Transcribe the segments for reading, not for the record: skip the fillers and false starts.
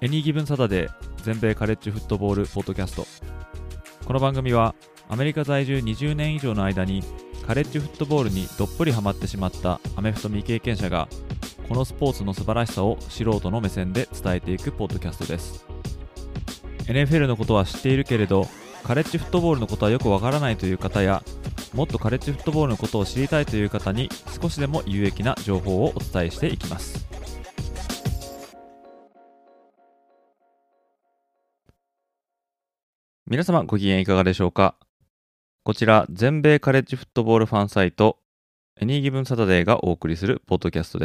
エニーギブンサタデー全米カレッジフットボールポッドキャスト。この番組はアメリカ在住20年以上の間にカレッジフットボールにどっぷりハマってしまったアメフト未経験者がこのスポーツの素晴らしさを素人の目線で伝えていくポッドキャストです。 NFL のことは知っているけれどカレッジフットボールのことはよくわからないという方や、もっとカレッジフットボールのことを知りたいという方に少しでも有益な情報をお伝えしていきます。皆様ご機嫌いかがでしょうか。こちら全米カレッジフットボールファンサイトエニーギブンサタデーがお送りするポッドキャストです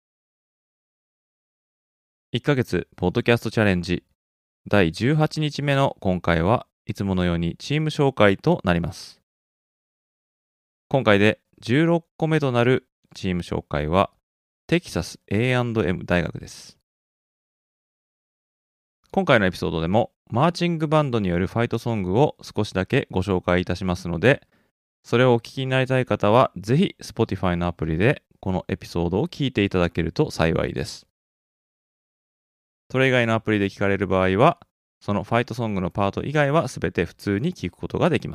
。1ヶ月ポッドキャストチャレンジ第18日目の今回はいつものようにチーム紹介となります。今回で16個目となるチーム紹介はテキサス A&M 大学です。今回のエピソードでもマーチングバンドによるファイトソングを少しだけご紹介いたしますので、それをお聞きになりたい方はぜひ Spotify のアプリでこのエピソードを聞いていただけると幸いです。それ以外のアプリで聞かれる場合はそのファイトソングのパート以外はすべて普通に聞くことができます。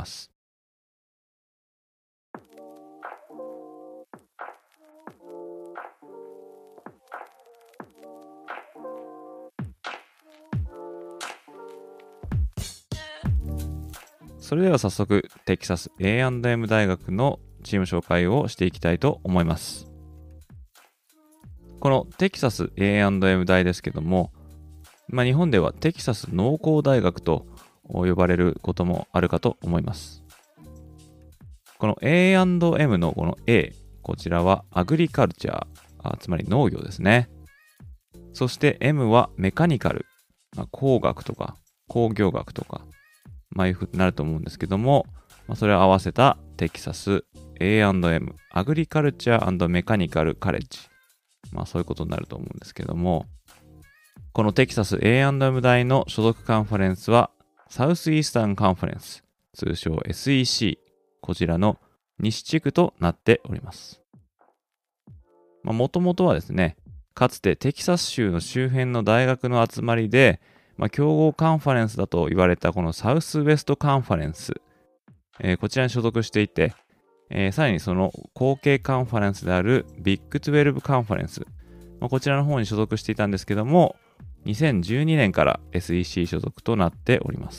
それでは早速テキサス A&M 大学のチーム紹介をしていきたいと思います。このテキサス A&M 大ですけども、日本ではテキサス農工大学と呼ばれることもあるかと思います。この A&M のこの A、こちらはアグリカルチャー、つまり農業ですね。そして M はメカニカル、工学とか工業学とか、いうふうになると思うんですけども、それを合わせたテキサス A&M アグリカルチャー&メカニカルカレッジ、そういうことになると思うんですけども、このテキサス A&M 大の所属カンファレンスはサウスイースタンカンファレンス、通称 SEC、こちらの西地区となっております。もともとはですね、かつてテキサス州の周辺の大学の集まりで、強豪カンファレンスだと言われたこのサウスウェストカンファレンス、こちらに所属していて、さらにその後継カンファレンスであるビッグ12カンファレンス、こちらの方に所属していたんですけども、2012年から SEC 所属となっております。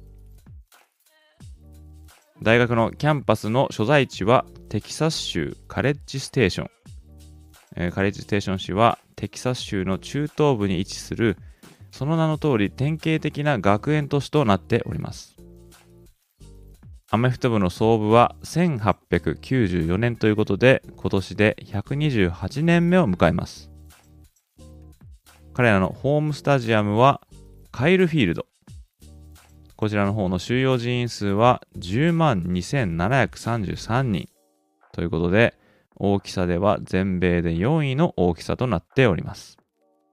大学のキャンパスの所在地はテキサス州カレッジステーション。カレッジステーション市はテキサス州の中東部に位置するその名の通り典型的な学園都市となっております。アメフト部の創部は1894年ということで、今年で128年目を迎えます。彼らのホームスタジアムはカイルフィールド。こちらの方の収容人員数は10万2733人ということで、大きさでは全米で4位の大きさとなっております。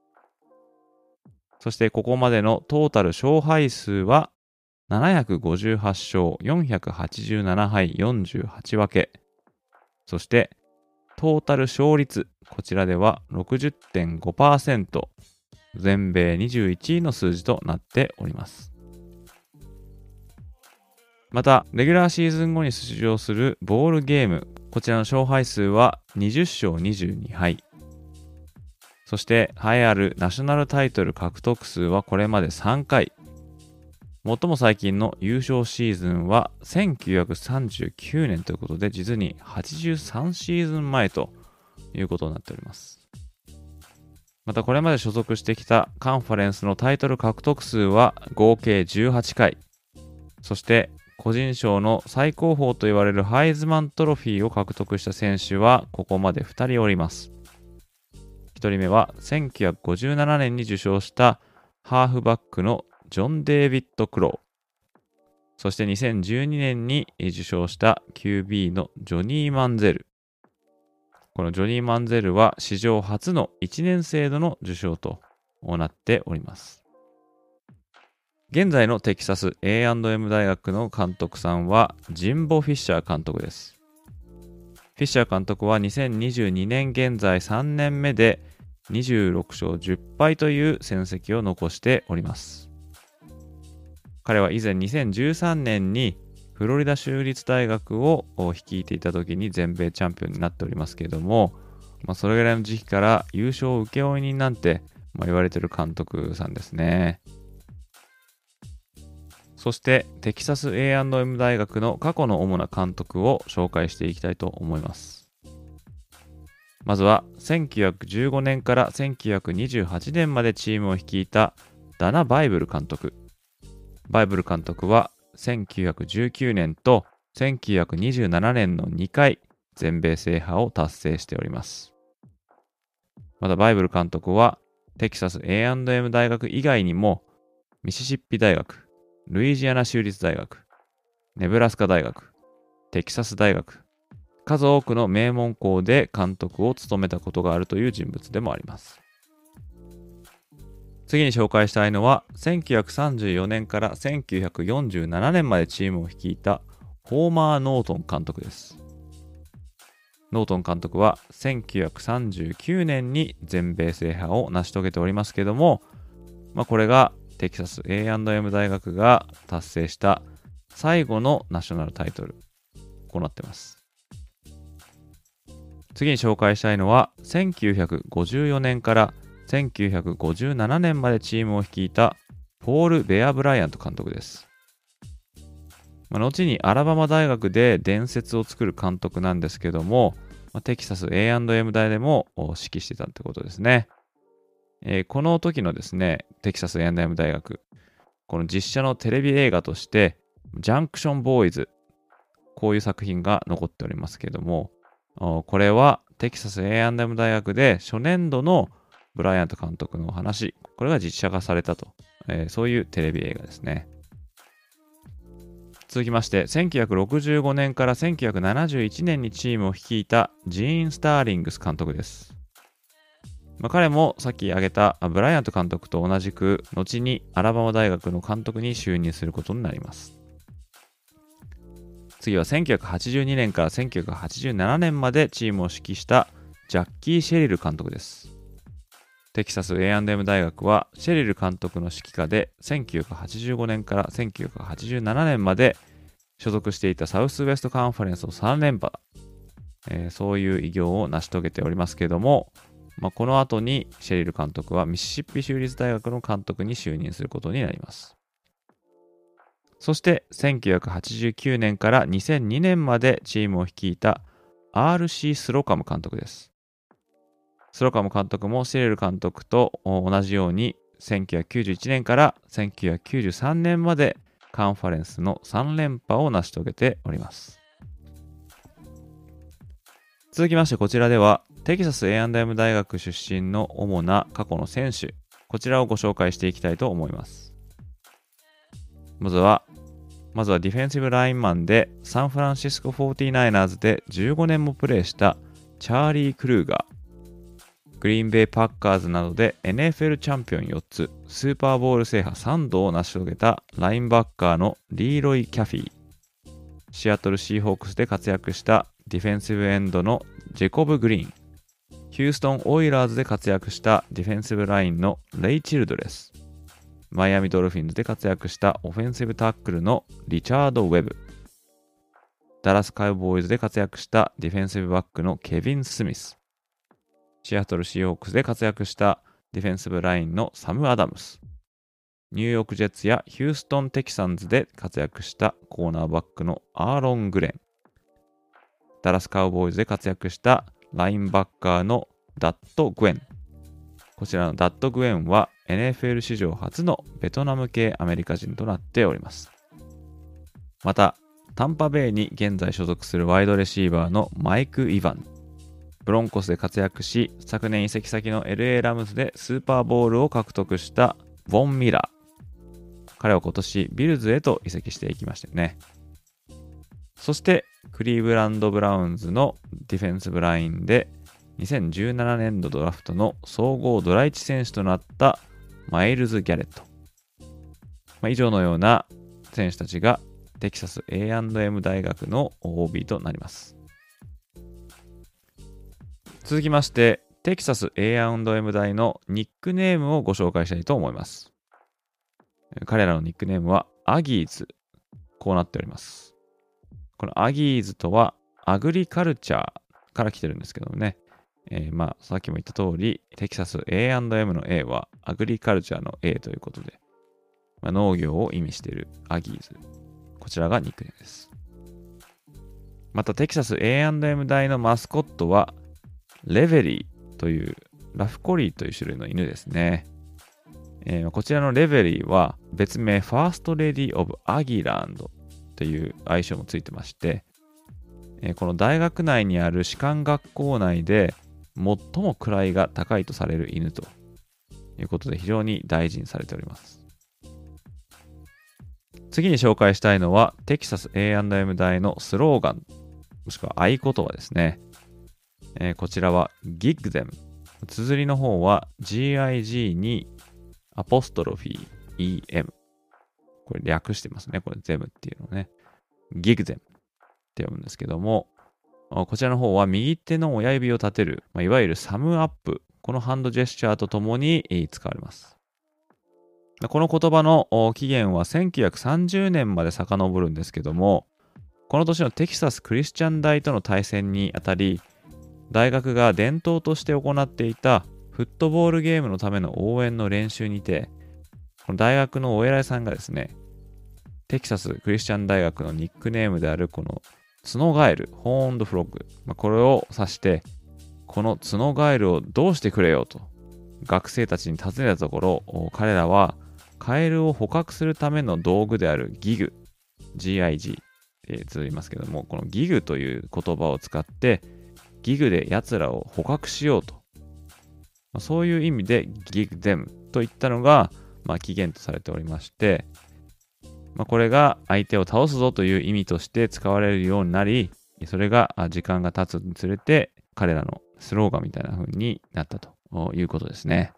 そしてここまでのトータル勝敗数は758勝487敗48分け。そしてトータル勝率、こちらでは 60.5%、全米21位の数字となっております。またレギュラーシーズン後に出場するボールゲーム、こちらの勝敗数は20勝22敗。そして栄えあるナショナルタイトル獲得数はこれまで3回。最も最近の優勝シーズンは1939年ということで、実に83シーズン前ということになっております。またこれまで所属してきたカンファレンスのタイトル獲得数は合計18回。そして個人賞の最高峰と言われるハイズマントロフィーを獲得した選手はここまで2人おります。1人目は1957年に受賞したハーフバックのジョン・デイビッド・クロー。そして2012年に受賞した QB のジョニー・マンゼル。このジョニー・マンゼルは史上初の1年生での受賞となっております。現在のテキサス A&M 大学の監督さんはジンボ・フィッシャー監督です。フィッシャー監督は2022年現在3年目で 26勝10敗という戦績を残しております。彼は以前2013年にフロリダ州立大学を率いていた時に全米チャンピオンになっておりますけれども、それぐらいの時期から優勝請負人なんて、言われている監督さんですね。そしてテキサス A&M 大学の過去の主な監督を紹介していきたいと思います。まずは1915年から1928年までチームを率いたダナ・バイブル監督。バイブル監督は1919年と1927年の2回全米制覇を達成しております。またバイブル監督はテキサス A&M 大学以外にもミシシッピ大学、ルイジアナ州立大学、ネブラスカ大学、テキサス大学、数多くの名門校で監督を務めたことがあるという人物でもあります。次に紹介したいのは1934年から1947年までチームを率いたホーマー・ノートン監督です。ノートン監督は1939年に全米制覇を成し遂げておりますけども、これがテキサス A&M 大学が達成した最後のナショナルタイトルとなっています。次に紹介したいのは1954年から1957年までチームを率いたポール・ベア・ブライアント監督です。後にアラバマ大学で伝説を作る監督なんですけども、テキサス A&M 大でも指揮してたってことですね。この時のですね、テキサス A&M 大学、この実写のテレビ映画として、ジャンクションボーイズ、こういう作品が残っておりますけども、これはテキサス A&M 大学で初年度のブライアント監督のお話、これが実写化されたと、そういうテレビ映画ですね。続きまして、1965年から1971年にチームを率いたジーン・スターリングス監督です。彼もさっき挙げたブライアント監督と同じく、後にアラバマ大学の監督に就任することになります。次は1982年から1987年までチームを指揮したジャッキー・シェリル監督です。テキサス A&M 大学はシェリル監督の指揮下で1985年から1987年まで所属していたサウスウェストカンファレンスを3連覇、そういう偉業を成し遂げておりますけれども、この後にシェリル監督はミシシッピ州立大学の監督に就任することになります。そして1989年から2002年までチームを率いた R.C. スロカム監督です。スロカム監督もシェリル監督と同じように1991年から1993年までカンファレンスの3連覇を成し遂げております。続きましてこちらではテキサス A&M 大学出身の主な過去の選手、こちらをご紹介していきたいと思います。まずはディフェンシブラインマンでサンフランシスコ 49ers で15年もプレーしたチャーリー・クルーガー。グリーンベイパッカーズなどで NFL チャンピオン4つ、スーパーボール制覇3度を成し遂げたラインバッカーのリーロイ・キャフィー。シアトル・シーホークスで活躍したディフェンシブエンドのジェコブ・グリーン。ヒューストン・オイラーズで活躍したディフェンシブラインのレイ・チルドレス。マイアミ・ドルフィンズで活躍したオフェンシブタックルのリチャード・ウェブ。ダラス・カウボーイズで活躍したディフェンシブバックのケビン・スミス。シアトル・シーホークスで活躍したディフェンシブラインのサム・アダムス。ニューヨーク・ジェッツやヒューストン・テキサンズで活躍したコーナーバックのアーロン・グレン。ダラス・カウボーイズで活躍したラインバッカーのダット・グエン。こちらのダット・グエンは NFL 史上初のベトナム系アメリカ人となっております。また、タンパベイに現在所属するワイドレシーバーのマイク・イヴァン。ブロンコスで活躍し、昨年移籍先の LA ラムズでスーパーボールを獲得したボン・ミラー。彼は今年ビルズへと移籍していきましたよね。そしてクリーブランド・ブラウンズのディフェンスブラインで2017年度ドラフトの総合ドラ1選手となったマイルズ・ギャレット。以上のような選手たちがテキサス A&M 大学の OB となります。続きましてテキサス A&M 大のニックネームをご紹介したいと思います。彼らのニックネームはアギーズ。こうなっております。このアギーズとはアグリカルチャーから来てるんですけどもね。さっきも言った通り、テキサス A&M の A はアグリカルチャーの A ということで、農業を意味しているアギーズ。こちらがニックネームです。またテキサス A&M 大のマスコットはレベリーというラフコリーという種類の犬ですね。こちらのレベリーは別名ファーストレディオブアギランドという愛称もついてまして、この大学内にある士官学校内で最も位が高いとされる犬ということで非常に大事にされております。次に紹介したいのはテキサス A&M 大のスローガンもしくは合言葉ですね。こちらは Gig them。綴りの方は GIG にアポストロフィー EM。これ略してますね。これ them っていうのをね。Gig them って読むんですけども、こちらの方は右手の親指を立てる、いわゆるサムアップ。このハンドジェスチャーとともに使われます。この言葉の起源は1930年まで遡るんですけども、この年のテキサスクリスチャン大との対戦にあたり、大学が伝統として行っていたフットボールゲームのための応援の練習にて、この大学のお偉いさんがですね、テキサスクリスチャン大学のニックネームであるこの角ガエル、ホーンドフロッグ、これを指して、この角ガエルをどうしてくれよと学生たちに尋ねたところ、彼らはカエルを捕獲するための道具であるギグ、GIG で綴りますけども、このギグという言葉を使ってギグで奴らを捕獲しようと、そういう意味でギグデムといったのが、起源とされておりまして、これが相手を倒すぞという意味として使われるようになり、それが時間が経つにつれて彼らのスローガンみたいな風になったということですね。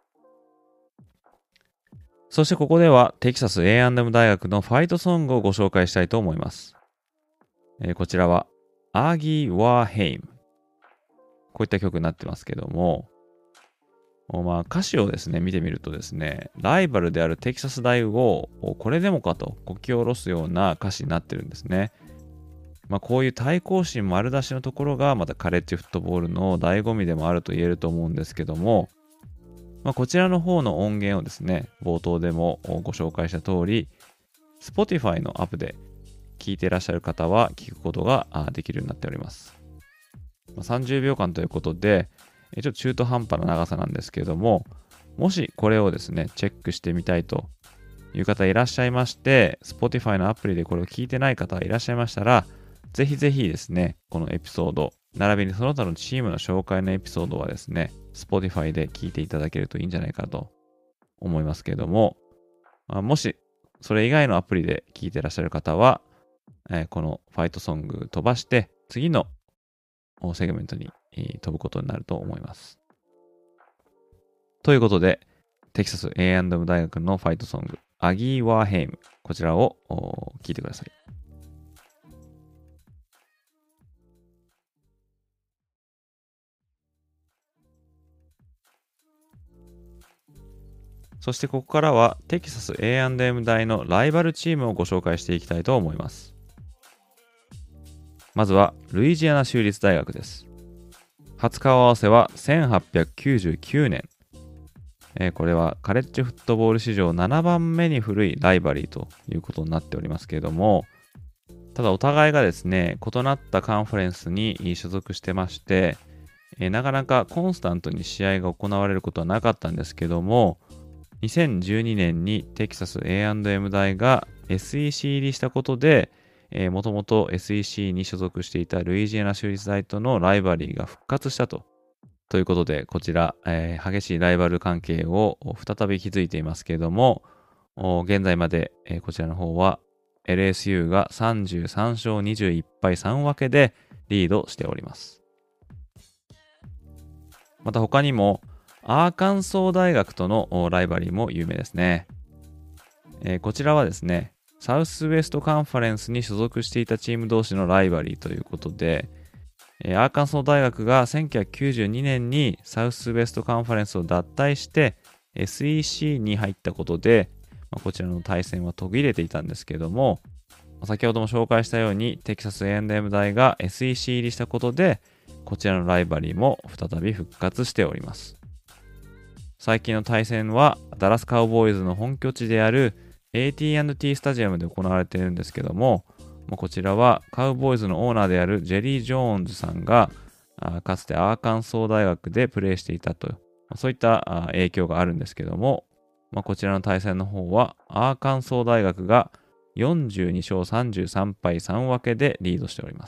そしてここではテキサス A&M 大学のファイトソングをご紹介したいと思います。こちらはアーギー・ワーヘイム。こういった曲になってますけども、歌詞をですね、見てみるとですね、ライバルであるテキサス大をこれでもかとこき下ろすような歌詞になってるんですね。こういう対抗心丸出しのところがまたカレッジフットボールの醍醐味でもあると言えると思うんですけども、こちらの方の音源をですね、冒頭でもご紹介した通り、Spotify のアップで聴いていらっしゃる方は聴くことができるようになっております。30秒間ということで、ちょっと中途半端な長さなんですけれども、もしこれをですね、チェックしてみたいという方いらっしゃいまして、Spotify のアプリでこれを聞いてない方がいらっしゃいましたら、ぜひぜひですね、このエピソード、並びにその他のチームの紹介のエピソードはですね、Spotify で聞いていただけるといいんじゃないかと思いますけれども、もしそれ以外のアプリで聞いていらっしゃる方は、このファイトソング飛ばして次のセグメントに飛ぶことになると思います。ということで、テキサス A&M 大学のファイトソング、アギー・ワーヘイム、こちらを聞いてください。そしてここからはテキサス A&M 大のライバルチームをご紹介していきたいと思います。まずはルイジアナ州立大学です。初顔合わせは1899年。これはカレッジフットボール史上7番目に古いライバリーということになっておりますけれども、ただお互いがですね、異なったカンファレンスに所属してまして、なかなかコンスタントに試合が行われることはなかったんですけども、2012年にテキサス A&M 大が SEC 入りしたことで、もともと SEC に所属していたルイジアナ州立大とのライバリーが復活したということで、こちら、激しいライバル関係を再び築いていますけれども、現在まで、こちらの方は LSU が33勝21敗3分けでリードしております。また他にもアーカンソー大学とのライバリーも有名ですね。こちらはですね、サウスウエストカンファレンスに所属していたチーム同士のライバリーということで、 アーカンソー大学が1992年にサウスウェストカンファレンスを脱退して SEC に入ったことで、こちらの対戦は途切れていたんですけども、先ほども紹介したようにテキサス A&M 大が SEC 入りしたことで、こちらのライバリーも再び復活しております。最近の対戦はダラスカウボーイズの本拠地である AT&T スタジアムで行われているんですけども、こちらはカウボーイズのオーナーであるジェリー・ジョーンズさんがかつてアーカンソー大学でプレーしていたと、そういった影響があるんですけども、こちらの対戦の方はアーカンソー大学が42勝33敗3分けでリードしております。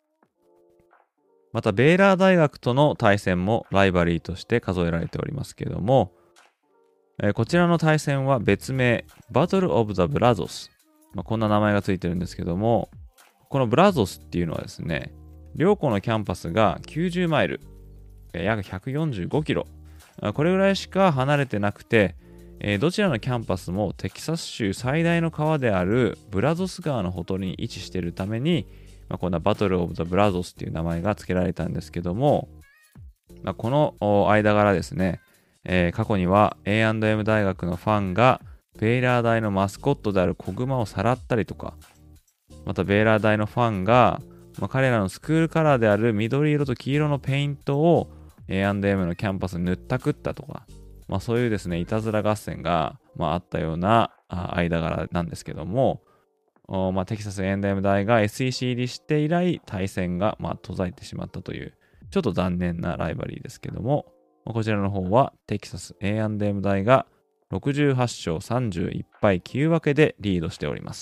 またベイラー大学との対戦もライバリーとして数えられておりますけども、こちらの対戦は別名バトル・オブ・ザ・ブラゾス、こんな名前がついてるんですけども、このブラゾスっていうのはですね、両校のキャンパスが90マイル、約145キロ、これぐらいしか離れてなくて、どちらのキャンパスもテキサス州最大の川であるブラゾス川のほとりに位置しているために、こんなバトル・オブ・ザ・ブラゾスっていう名前が付けられたんですけども、この間柄ですね、過去には A&M 大学のファンがベイラー大のマスコットである子グマをさらったりとか、またベイラー大のファンが、彼らのスクールカラーである緑色と黄色のペイントを A&M のキャンパスに塗ったくったとか、そういうですね、いたずら合戦が、あったような間柄なんですけども、テキサス A&M 大が SEC 入りして以来対戦が途絶えてしまったというちょっと残念なライバリーですけども、こちらの方はテキサス A&M 大が68勝31敗9分けでリードしております。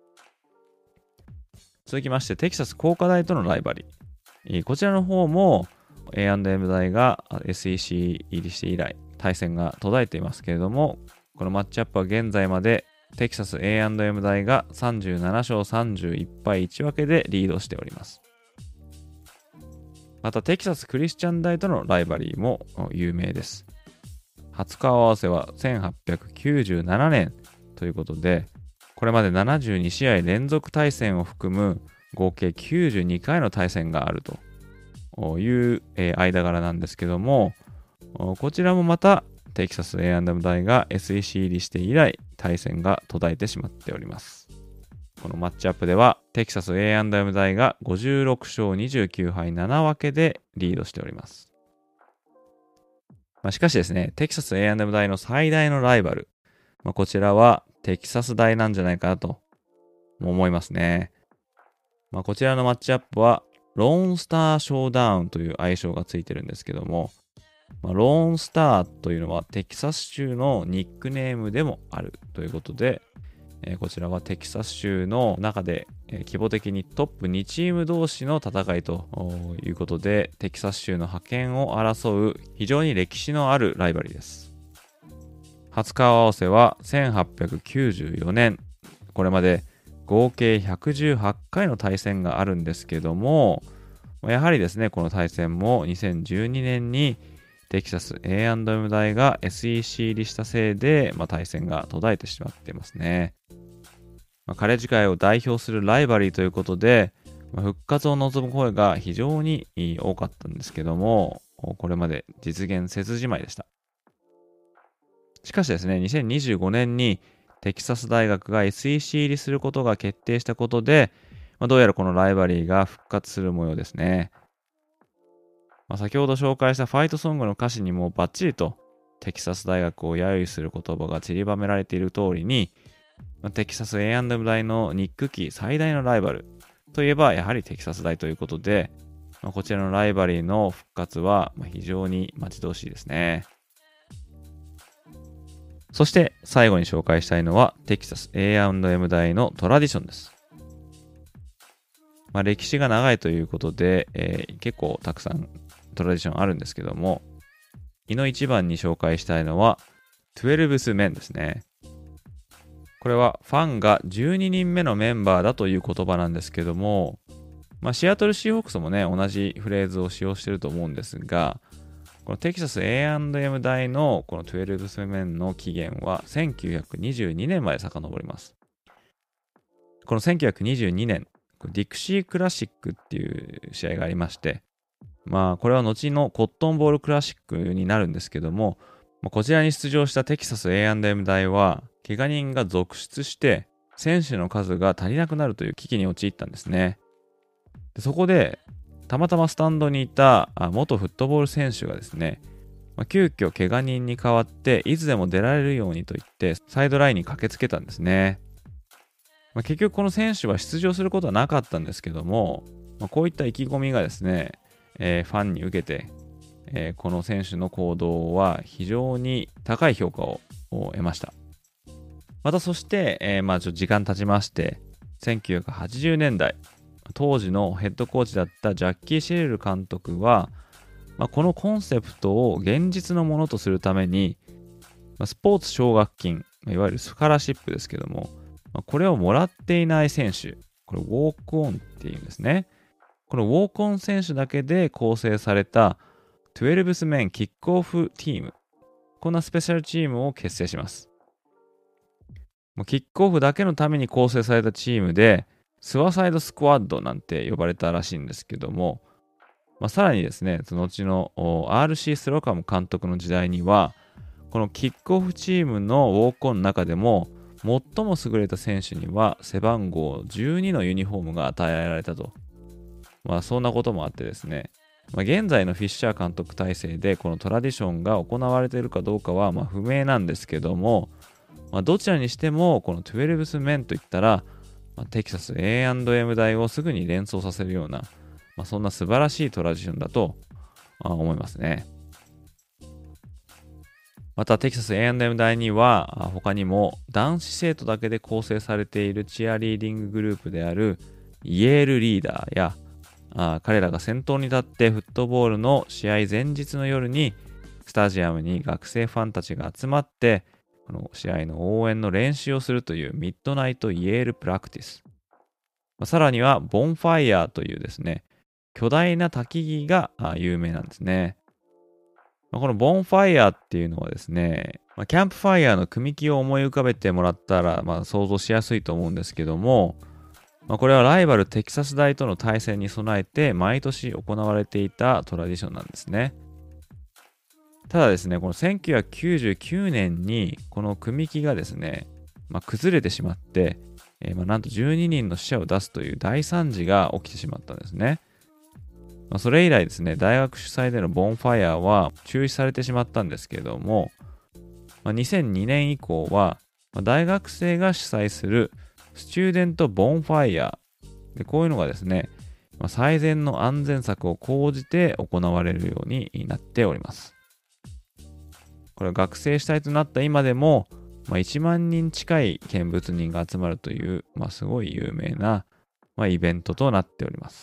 続きましてテキサス工科大とのライバリー、こちらの方も A&M 大が SEC 入りして以来対戦が途絶えていますけれども、このマッチアップは現在までテキサス A&M 大が37勝31敗1分けでリードしております。またテキサスクリスチャン大とのライバリーも有名です。初顔合わせは1897年ということで、これまで72試合連続対戦を含む合計92回の対戦があるという間柄なんですけども、こちらもまたテキサス A&M 大が SEC 入りして以来対戦が途絶えてしまっております。このマッチアップではテキサス A&M 大が56勝29敗7分けでリードしております。しかしですね、テキサス A&M 大の最大のライバル、こちらはテキサス大なんじゃないかなと思いますね。こちらのマッチアップはローンスターショーダウンという愛称がついてるんですけども、ローンスターというのはテキサス州のニックネームでもあるということで、こちらはテキサス州の中で規模的にトップ2チーム同士の戦いということで、テキサス州の覇権を争う非常に歴史のあるライバリーです。初顔合わせは1894年、これまで合計118回の対戦があるんですけども、やはりですね、この対戦も2012年にテキサス A&M 大が SEC 入りしたせいで、対戦が途絶えてしまっていますね。カレッジ界を代表するライバリーということで、復活を望む声が非常に多かったんですけども、これまで実現せずじまいでした。しかしですね、2025年にテキサス大学が SEC 入りすることが決定したことで、どうやらこのライバリーが復活する模様ですね。先ほど紹介したファイトソングの歌詞にもバッチリとテキサス大学を揶揄する言葉が散りばめられている通りに、テキサス A&M 大のニック期最大のライバルといえばやはりテキサス大ということで、こちらのライバリーの復活は非常に待ち遠しいですね。そして最後に紹介したいのはテキサス A&M 大のトラディションです。歴史が長いということで、結構たくさんトラディションあるんですけども、いの一番に紹介したいのは12th Menですね。これはファンが12人目のメンバーだという言葉なんですけども、シアトルシーホークスもね、同じフレーズを使用していると思うんですが、このテキサス A&M 大のこの12th Menの起源は1922年まで遡ります。この1922年、 ディクシークラシックっていう試合がありまして、これは後のコットンボールクラシックになるんですけども、こちらに出場したテキサス A&M 大は、怪我人が続出して、選手の数が足りなくなるという危機に陥ったんですね。でそこで、たまたまスタンドにいた元フットボール選手がですね、急遽怪我人に代わっていつでも出られるようにと言ってサイドラインに駆けつけたんですね。結局この選手は出場することはなかったんですけども、こういった意気込みがですね、ファンに受けて、この選手の行動は非常に高い評価を得ました。またそして、ちょっと時間経ちまして、1980年代、当時のヘッドコーチだったジャッキー・シェレル監督は、このコンセプトを現実のものとするために、スポーツ奨学金、いわゆるスカラシップですけども、これをもらっていない選手、これウォークオンっていうんですね。このウォークオン選手だけで構成された12スメンキックオフチーム、こんなスペシャルチームを結成します。キックオフだけのために構成されたチームで、スワサイドスクワッドなんて呼ばれたらしいんですけども、さらにですね、その後の RC スロカム監督の時代には、このキックオフチームのウォークオンの中でも、最も優れた選手には背番号12のユニフォームが与えられたと。そんなこともあってですね、現在のフィッシャー監督体制でこのトラディションが行われているかどうかは不明なんですけども、どちらにしてもこの12スメンといったら、テキサス A&M 大をすぐに連想させるような、そんな素晴らしいトラディションだと思いますね。またテキサス A&M 大には他にも男子生徒だけで構成されているチアリーディンググループであるイェールリーダーや彼らが先頭に立ってフットボールの試合前日の夜にスタジアムに学生ファンたちが集まってこの試合の応援の練習をするというミッドナイトイエールプラクティス。さらにはボンファイヤーというですね、巨大な焚き木が有名なんですね。このボンファイヤーっていうのはですね、キャンプファイヤーの組木を思い浮かべてもらったら想像しやすいと思うんですけども、これはライバルテキサス大との対戦に備えて毎年行われていたトラディションなんですね。ただですね、この1999年にこの組木がですね、崩れてしまって、なんと12人の死者を出すという大惨事が起きてしまったんですね。それ以来ですね、大学主催でのボンファイヤーは中止されてしまったんですけれども、2002年以降は大学生が主催するスチューデントボンファイヤーで、こういうのがですね、最善の安全策を講じて行われるようになっております。これは学生主体となった今でも、1万人近い見物人が集まるという、すごい有名な、イベントとなっております。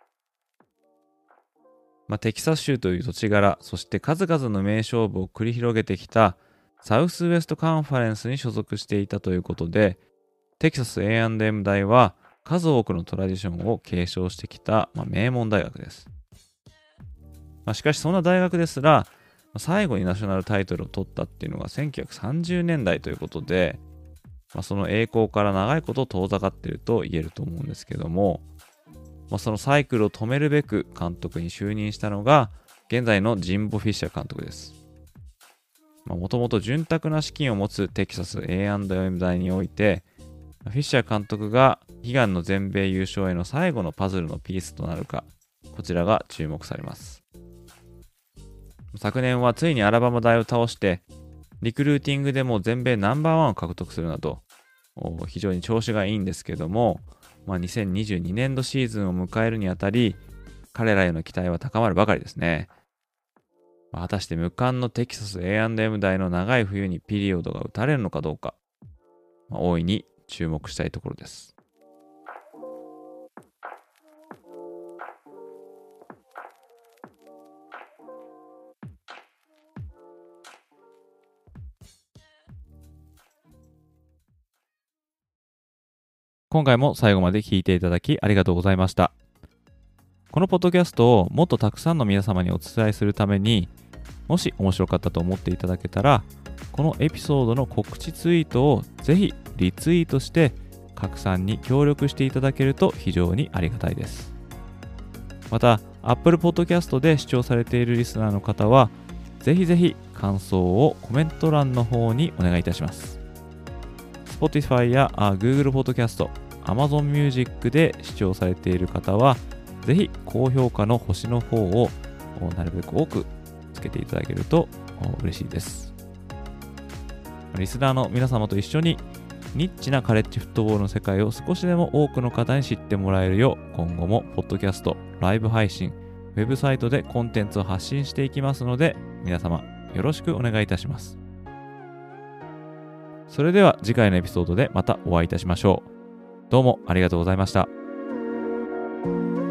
テキサス州という土地柄、そして数々の名勝負を繰り広げてきたサウスウエストカンファレンスに所属していたということで、テキサス A&M 大は数多くのトラディションを継承してきた、名門大学です。しかしそんな大学ですら、最後にナショナルタイトルを取ったっていうのが1930年代ということで、その栄光から長いこと遠ざかっていると言えると思うんですけども、そのサイクルを止めるべく監督に就任したのが現在のジンボ・フィッシャー監督です。もともと潤沢な資金を持つテキサス A&M 大において、フィッシャー監督が悲願の全米優勝への最後のパズルのピースとなるか、こちらが注目されます。昨年はついにアラバマ大を倒して、リクルーティングでも全米ナンバーワンを獲得するなど、非常に調子がいいんですけども、2022年度シーズンを迎えるにあたり、彼らへの期待は高まるばかりですね。果たして無冠のテキサス A&M 大の長い冬にピリオドが打たれるのかどうか、大いに注目したいところです。今回も最後まで聞いていただきありがとうございました。このポッドキャストをもっとたくさんの皆様にお伝えするために、もし面白かったと思っていただけたら、このエピソードの告知ツイートをぜひリツイートして拡散に協力していただけると非常にありがたいです。また、Apple Podcast で視聴されているリスナーの方は、ぜひぜひ感想をコメント欄の方にお願いいたします。Spotify やGoogle Podcast、Amazon Music で視聴されている方は、ぜひ高評価の星の方をなるべく多くつけていただけると嬉しいです。リスナーの皆様と一緒にニッチなカレッジフットボールの世界を少しでも多くの方に知ってもらえるよう、今後もポッドキャスト、ライブ配信、ウェブサイトでコンテンツを発信していきますので、皆様よろしくお願いいたします。それでは次回のエピソードでまたお会いいたしましょう。どうもありがとうございました。